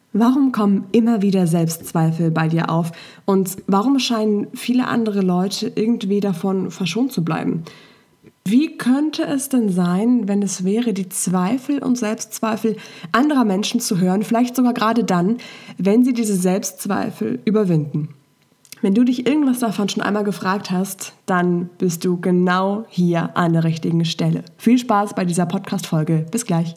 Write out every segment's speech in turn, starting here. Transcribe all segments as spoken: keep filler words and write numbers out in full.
Warum kommen immer wieder Selbstzweifel bei dir auf und warum scheinen viele andere Leute irgendwie davon verschont zu bleiben? Wie könnte es denn sein, wenn es wäre, die Zweifel und Selbstzweifel anderer Menschen zu hören, vielleicht sogar gerade dann, wenn sie diese Selbstzweifel überwinden? Wenn du dich irgendwas davon schon einmal gefragt hast, dann bist du genau hier an der richtigen Stelle. Viel Spaß bei dieser Podcast-Folge. Bis gleich.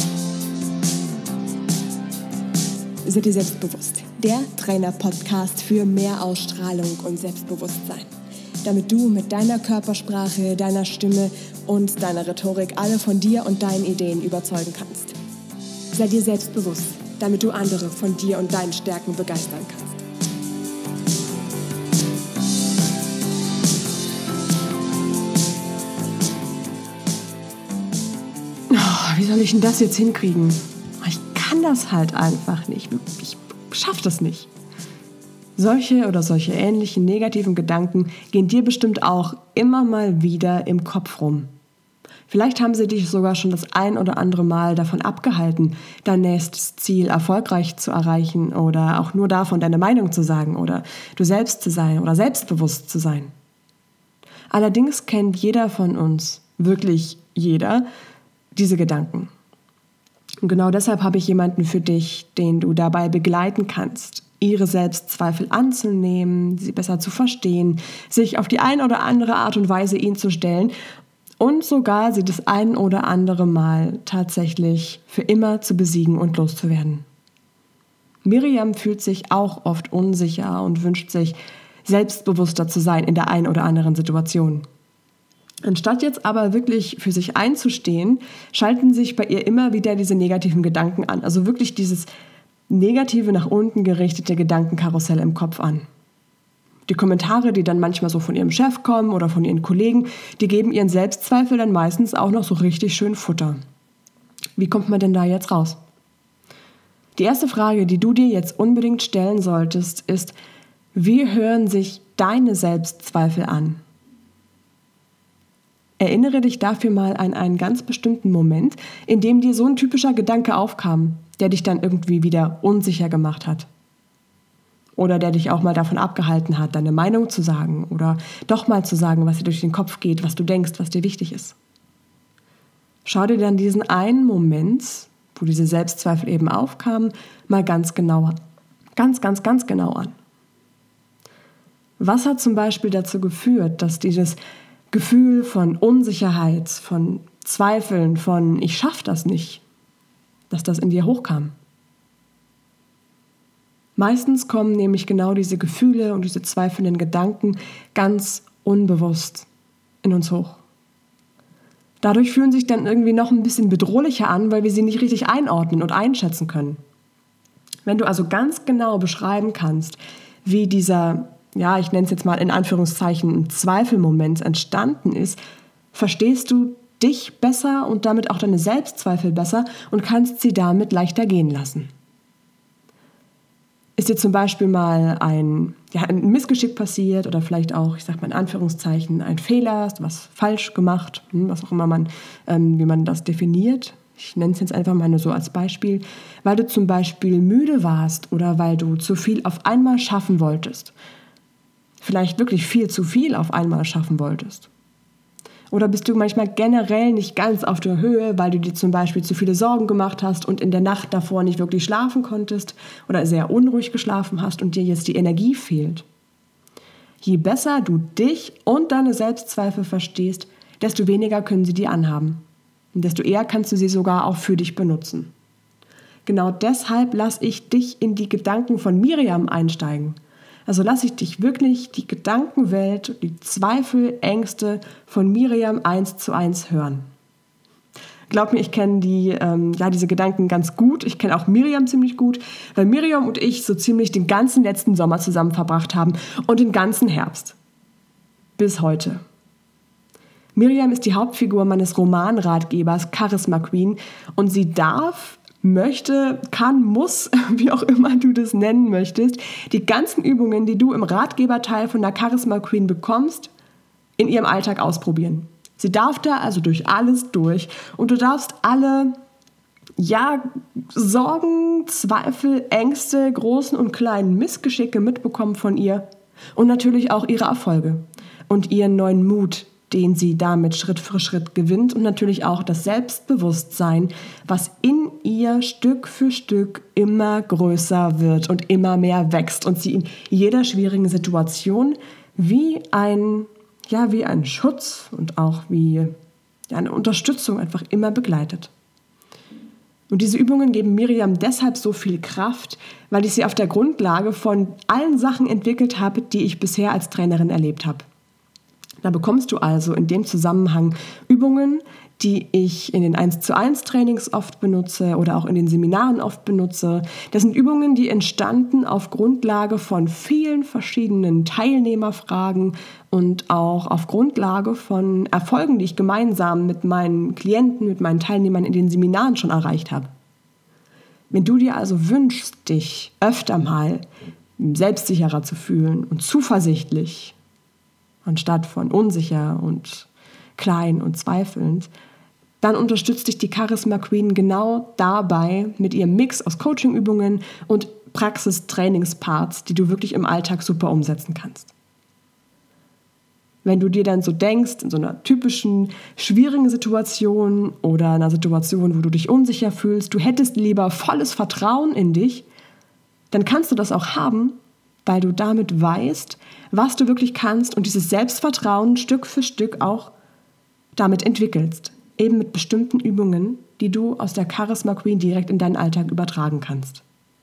Sei dir selbstbewusst. Der Trainer-Podcast für mehr Ausstrahlung und Selbstbewusstsein. Damit du mit deiner Körpersprache, deiner Stimme und deiner Rhetorik alle von dir und deinen Ideen überzeugen kannst. Sei dir selbstbewusst, damit du andere von dir und deinen Stärken begeistern kannst. Oh, wie soll ich denn das jetzt hinkriegen? Ich kann das halt einfach nicht. Ich schaffe das nicht. Solche oder solche ähnlichen negativen Gedanken gehen dir bestimmt auch immer mal wieder im Kopf rum. Vielleicht haben sie dich sogar schon das ein oder andere Mal davon abgehalten, dein nächstes Ziel erfolgreich zu erreichen oder auch nur davon deine Meinung zu sagen oder du selbst zu sein oder selbstbewusst zu sein. Allerdings kennt jeder von uns, wirklich jeder, diese Gedanken. Und genau deshalb habe ich jemanden für dich, den du dabei begleiten kannst, ihre Selbstzweifel anzunehmen, sie besser zu verstehen, sich auf die eine oder andere Art und Weise ihnen zu stellen und sogar sie das ein oder andere Mal tatsächlich für immer zu besiegen und loszuwerden. Miriam fühlt sich auch oft unsicher und wünscht sich, selbstbewusster zu sein in der einen oder anderen Situation. Anstatt jetzt aber wirklich für sich einzustehen, schalten sich bei ihr immer wieder diese negativen Gedanken an. Also wirklich dieses negative, nach unten gerichtete Gedankenkarussell im Kopf an. Die Kommentare, die dann manchmal so von ihrem Chef kommen oder von ihren Kollegen, die geben ihren Selbstzweifel dann meistens auch noch so richtig schön Futter. Wie kommt man denn da jetzt raus? Die erste Frage, die du dir jetzt unbedingt stellen solltest, ist: Wie hören sich deine Selbstzweifel an? Erinnere dich dafür mal an einen ganz bestimmten Moment, in dem dir so ein typischer Gedanke aufkam, der dich dann irgendwie wieder unsicher gemacht hat. Oder der dich auch mal davon abgehalten hat, deine Meinung zu sagen oder doch mal zu sagen, was dir durch den Kopf geht, was du denkst, was dir wichtig ist. Schau dir dann diesen einen Moment, wo diese Selbstzweifel eben aufkamen, mal ganz genau, ganz, ganz, ganz genau an. Was hat zum Beispiel dazu geführt, dass dieses Gefühl von Unsicherheit, von Zweifeln, von ich schaff das nicht, dass das in dir hochkam? Meistens kommen nämlich genau diese Gefühle und diese zweifelnden Gedanken ganz unbewusst in uns hoch. Dadurch fühlen sich dann irgendwie noch ein bisschen bedrohlicher an, weil wir sie nicht richtig einordnen und einschätzen können. Wenn du also ganz genau beschreiben kannst, wie dieser, ja, ich nenne es jetzt mal in Anführungszeichen, ein Zweifelmoment entstanden ist, verstehst du dich besser und damit auch deine Selbstzweifel besser und kannst sie damit leichter gehen lassen. Ist dir zum Beispiel mal ein, ja, ein Missgeschick passiert oder vielleicht auch, ich sag mal in Anführungszeichen, ein Fehler, hast du was falsch gemacht, was auch immer man, ähm, wie man das definiert. Ich nenne es jetzt einfach mal nur so als Beispiel, weil du zum Beispiel müde warst oder weil du zu viel auf einmal schaffen wolltest. Vielleicht wirklich viel zu viel auf einmal schaffen wolltest. Oder bist du manchmal generell nicht ganz auf der Höhe, weil du dir zum Beispiel zu viele Sorgen gemacht hast und in der Nacht davor nicht wirklich schlafen konntest oder sehr unruhig geschlafen hast und dir jetzt die Energie fehlt. Je besser du dich und deine Selbstzweifel verstehst, desto weniger können sie dir anhaben. Und desto eher kannst du sie sogar auch für dich benutzen. Genau deshalb lasse ich dich in die Gedanken von Miriam einsteigen. Also lasse ich dich wirklich die Gedankenwelt, die Zweifel, Ängste von Miriam eins zu eins hören. Glaub mir, ich kenne die, ähm, ja, diese Gedanken ganz gut. Ich kenne auch Miriam ziemlich gut, weil Miriam und ich so ziemlich den ganzen letzten Sommer zusammen verbracht haben und den ganzen Herbst. Bis heute. Miriam ist die Hauptfigur meines Romanratgebers Charisma Queen und sie darf, möchte, kann, muss, wie auch immer du das nennen möchtest, die ganzen Übungen, die du im Ratgeberteil von der Charisma Queen bekommst, in ihrem Alltag ausprobieren. Sie darf da also durch alles durch und du darfst alle ja, Sorgen, Zweifel, Ängste, großen und kleinen Missgeschicke mitbekommen von ihr und natürlich auch ihre Erfolge und ihren neuen Mut, den sie damit Schritt für Schritt gewinnt und natürlich auch das Selbstbewusstsein, was in ihr Stück für Stück immer größer wird und immer mehr wächst und sie in jeder schwierigen Situation wie ein, ja, wie ein Schutz und auch wie ja, eine Unterstützung einfach immer begleitet. Und diese Übungen geben Miriam deshalb so viel Kraft, weil ich sie auf der Grundlage von allen Sachen entwickelt habe, die ich bisher als Trainerin erlebt habe. Da bekommst du also in dem Zusammenhang Übungen, die ich in den eins zu eins Trainings oft benutze oder auch in den Seminaren oft benutze. Das sind Übungen, die entstanden auf Grundlage von vielen verschiedenen Teilnehmerfragen und auch auf Grundlage von Erfolgen, die ich gemeinsam mit meinen Klienten, mit meinen Teilnehmern in den Seminaren schon erreicht habe. Wenn du dir also wünschst, dich öfter mal selbstsicherer zu fühlen und zuversichtlich, anstatt von unsicher und klein und zweifelnd, dann unterstützt dich die Charisma Queen genau dabei mit ihrem Mix aus Coachingübungen und Praxistrainingsparts, die du wirklich im Alltag super umsetzen kannst. Wenn du dir dann so denkst, in so einer typischen, schwierigen Situation oder einer Situation, wo du dich unsicher fühlst, du hättest lieber volles Vertrauen in dich, dann kannst du das auch haben, weil du damit weißt, was du wirklich kannst und dieses Selbstvertrauen Stück für Stück auch damit entwickelst. Eben mit bestimmten Übungen, die du aus der Charisma Queen direkt in deinen Alltag übertragen kannst.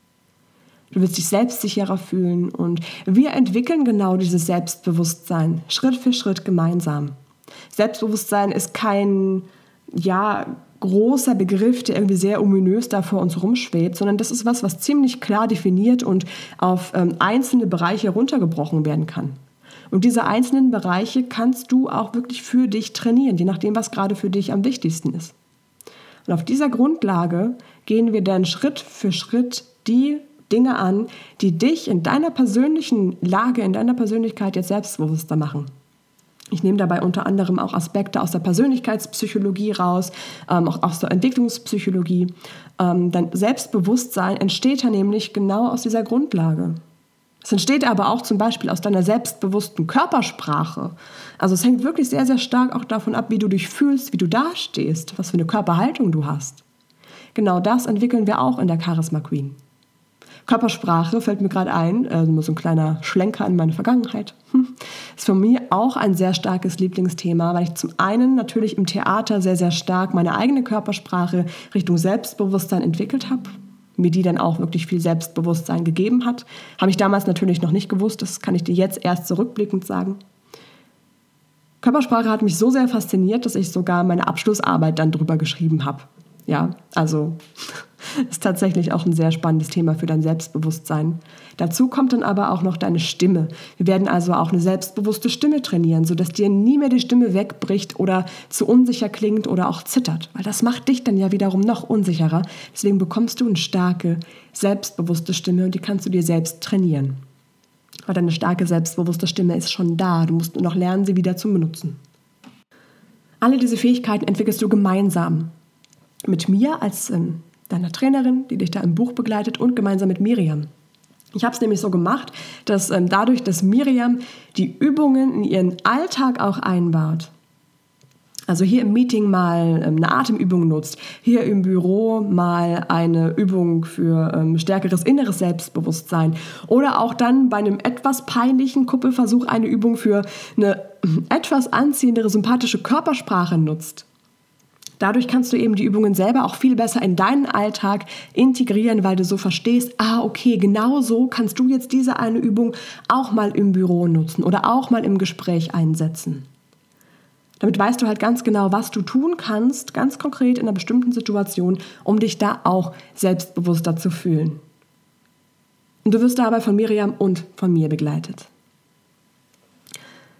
Du wirst dich selbstsicherer fühlen und wir entwickeln genau dieses Selbstbewusstsein Schritt für Schritt gemeinsam. Selbstbewusstsein ist kein, ja, großer Begriff, der irgendwie sehr ominös da vor uns rumschwebt, sondern das ist was, was ziemlich klar definiert und auf ähm, einzelne Bereiche runtergebrochen werden kann. Und diese einzelnen Bereiche kannst du auch wirklich für dich trainieren, je nachdem, was gerade für dich am wichtigsten ist. Und auf dieser Grundlage gehen wir dann Schritt für Schritt die Dinge an, die dich in deiner persönlichen Lage, in deiner Persönlichkeit jetzt selbstbewusster machen. Ich nehme dabei unter anderem auch Aspekte aus der Persönlichkeitspsychologie raus, ähm, auch aus der Entwicklungspsychologie. Ähm, dein Selbstbewusstsein entsteht ja nämlich genau aus dieser Grundlage. Es entsteht aber auch zum Beispiel aus deiner selbstbewussten Körpersprache. Also es hängt wirklich sehr, sehr stark auch davon ab, wie du dich fühlst, wie du dastehst, was für eine Körperhaltung du hast. Genau das entwickeln wir auch in der Charisma Queen. Körpersprache fällt mir gerade ein, also so ein kleiner Schlenker in meine Vergangenheit. Ist für mich auch ein sehr starkes Lieblingsthema, weil ich zum einen natürlich im Theater sehr, sehr stark meine eigene Körpersprache Richtung Selbstbewusstsein entwickelt habe, mir die dann auch wirklich viel Selbstbewusstsein gegeben hat. Habe ich damals natürlich noch nicht gewusst, das kann ich dir jetzt erst zurückblickend sagen. Körpersprache hat mich so sehr fasziniert, dass ich sogar meine Abschlussarbeit dann drüber geschrieben habe. Ja, also ist tatsächlich auch ein sehr spannendes Thema für dein Selbstbewusstsein. Dazu kommt dann aber auch noch deine Stimme. Wir werden also auch eine selbstbewusste Stimme trainieren, sodass dir nie mehr die Stimme wegbricht oder zu unsicher klingt oder auch zittert. Weil das macht dich dann ja wiederum noch unsicherer. Deswegen bekommst du eine starke, selbstbewusste Stimme und die kannst du dir selbst trainieren. Weil deine starke, selbstbewusste Stimme ist schon da. Du musst nur noch lernen, sie wieder zu benutzen. Alle diese Fähigkeiten entwickelst du gemeinsam. Mit mir als ähm, deiner Trainerin, die dich da im Buch begleitet und gemeinsam mit Miriam. Ich habe es nämlich so gemacht, dass ähm, dadurch, dass Miriam die Übungen in ihren Alltag auch einbaut, also hier im Meeting mal ähm, eine Atemübung nutzt, hier im Büro mal eine Übung für ähm, stärkeres inneres Selbstbewusstsein oder auch dann bei einem etwas peinlichen Kuppelversuch eine Übung für eine etwas anziehendere, sympathische Körpersprache nutzt. Dadurch kannst du eben die Übungen selber auch viel besser in deinen Alltag integrieren, weil du so verstehst, ah, okay, genau so kannst du jetzt diese eine Übung auch mal im Büro nutzen oder auch mal im Gespräch einsetzen. Damit weißt du halt ganz genau, was du tun kannst, ganz konkret in einer bestimmten Situation, um dich da auch selbstbewusster zu fühlen. Und du wirst dabei von Miriam und von mir begleitet.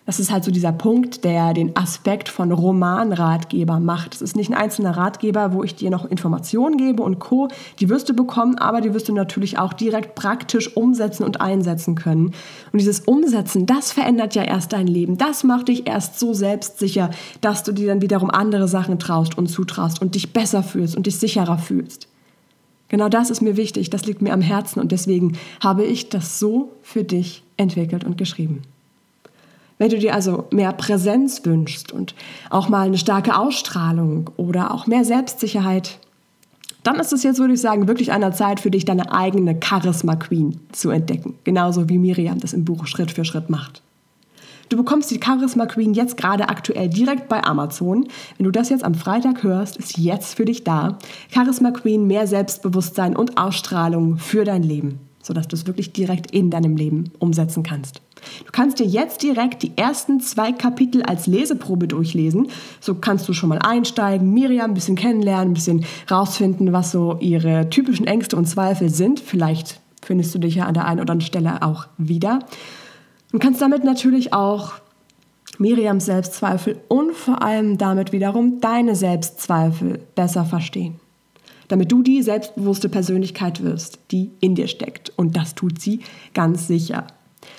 Das ist halt so dieser Punkt, der den Aspekt von Romanratgeber macht. Es ist nicht ein einzelner Ratgeber, wo ich dir noch Informationen gebe und Co. Die wirst du bekommen, aber die wirst du natürlich auch direkt praktisch umsetzen und einsetzen können. Und dieses Umsetzen, das verändert ja erst dein Leben. Das macht dich erst so selbstsicher, dass du dir dann wiederum andere Sachen traust und zutraust und dich besser fühlst und dich sicherer fühlst. Genau das ist mir wichtig, das liegt mir am Herzen und deswegen habe ich das so für dich entwickelt und geschrieben. Wenn du dir also mehr Präsenz wünschst und auch mal eine starke Ausstrahlung oder auch mehr Selbstsicherheit, dann ist es jetzt, würde ich sagen, wirklich an der Zeit für dich, deine eigene Charisma Queen zu entdecken. Genauso wie Miriam das im Buch Schritt für Schritt macht. Du bekommst die Charisma Queen jetzt gerade aktuell direkt bei Amazon. Wenn du das jetzt am Freitag hörst, ist jetzt für dich da. Charisma Queen, mehr Selbstbewusstsein und Ausstrahlung für dein Leben, sodass du es wirklich direkt in deinem Leben umsetzen kannst. Du kannst dir jetzt direkt die ersten zwei Kapitel als Leseprobe durchlesen. So kannst du schon mal einsteigen, Miriam ein bisschen kennenlernen, ein bisschen rausfinden, was so ihre typischen Ängste und Zweifel sind. Vielleicht findest du dich ja an der einen oder anderen Stelle auch wieder. Und kannst damit natürlich auch Miriams Selbstzweifel und vor allem damit wiederum deine Selbstzweifel besser verstehen. Damit du die selbstbewusste Persönlichkeit wirst, die in dir steckt. Und das tut sie ganz sicher.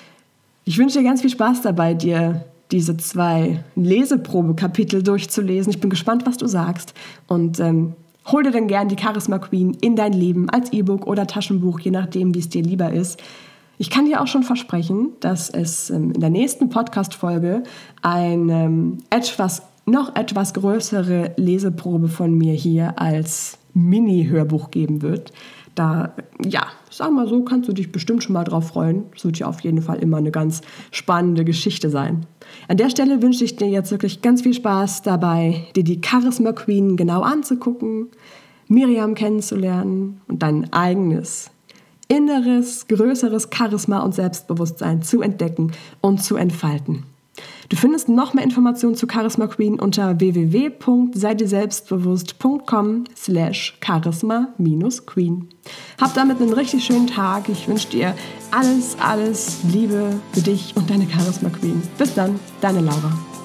Ich wünsche dir ganz viel Spaß dabei, dir diese zwei Leseprobe-Kapitel durchzulesen. Ich bin gespannt, was du sagst. Und ähm, hol dir dann gern die Charisma Queen in dein Leben als E-Book oder Taschenbuch, je nachdem, wie es dir lieber ist. Ich kann dir auch schon versprechen, dass es ähm, in der nächsten Podcast-Folge eine ähm, etwas, noch etwas größere Leseprobe von mir hier als Mini-Hörbuch geben wird. Da, ja, sag mal so, kannst du dich bestimmt schon mal drauf freuen. Es wird ja auf jeden Fall immer eine ganz spannende Geschichte sein. An der Stelle wünsche ich dir jetzt wirklich ganz viel Spaß dabei, dir die Charisma Queen genau anzugucken, Miriam kennenzulernen und dein eigenes, inneres, größeres Charisma und Selbstbewusstsein zu entdecken und zu entfalten. Du findest noch mehr Informationen zu Charisma Queen unter w w w punkt sei dir selbstbewusst punkt com slash charisma queen. Hab damit einen richtig schönen Tag. Ich wünsche dir alles, alles Liebe für dich und deine Charisma Queen. Bis dann, deine Laura.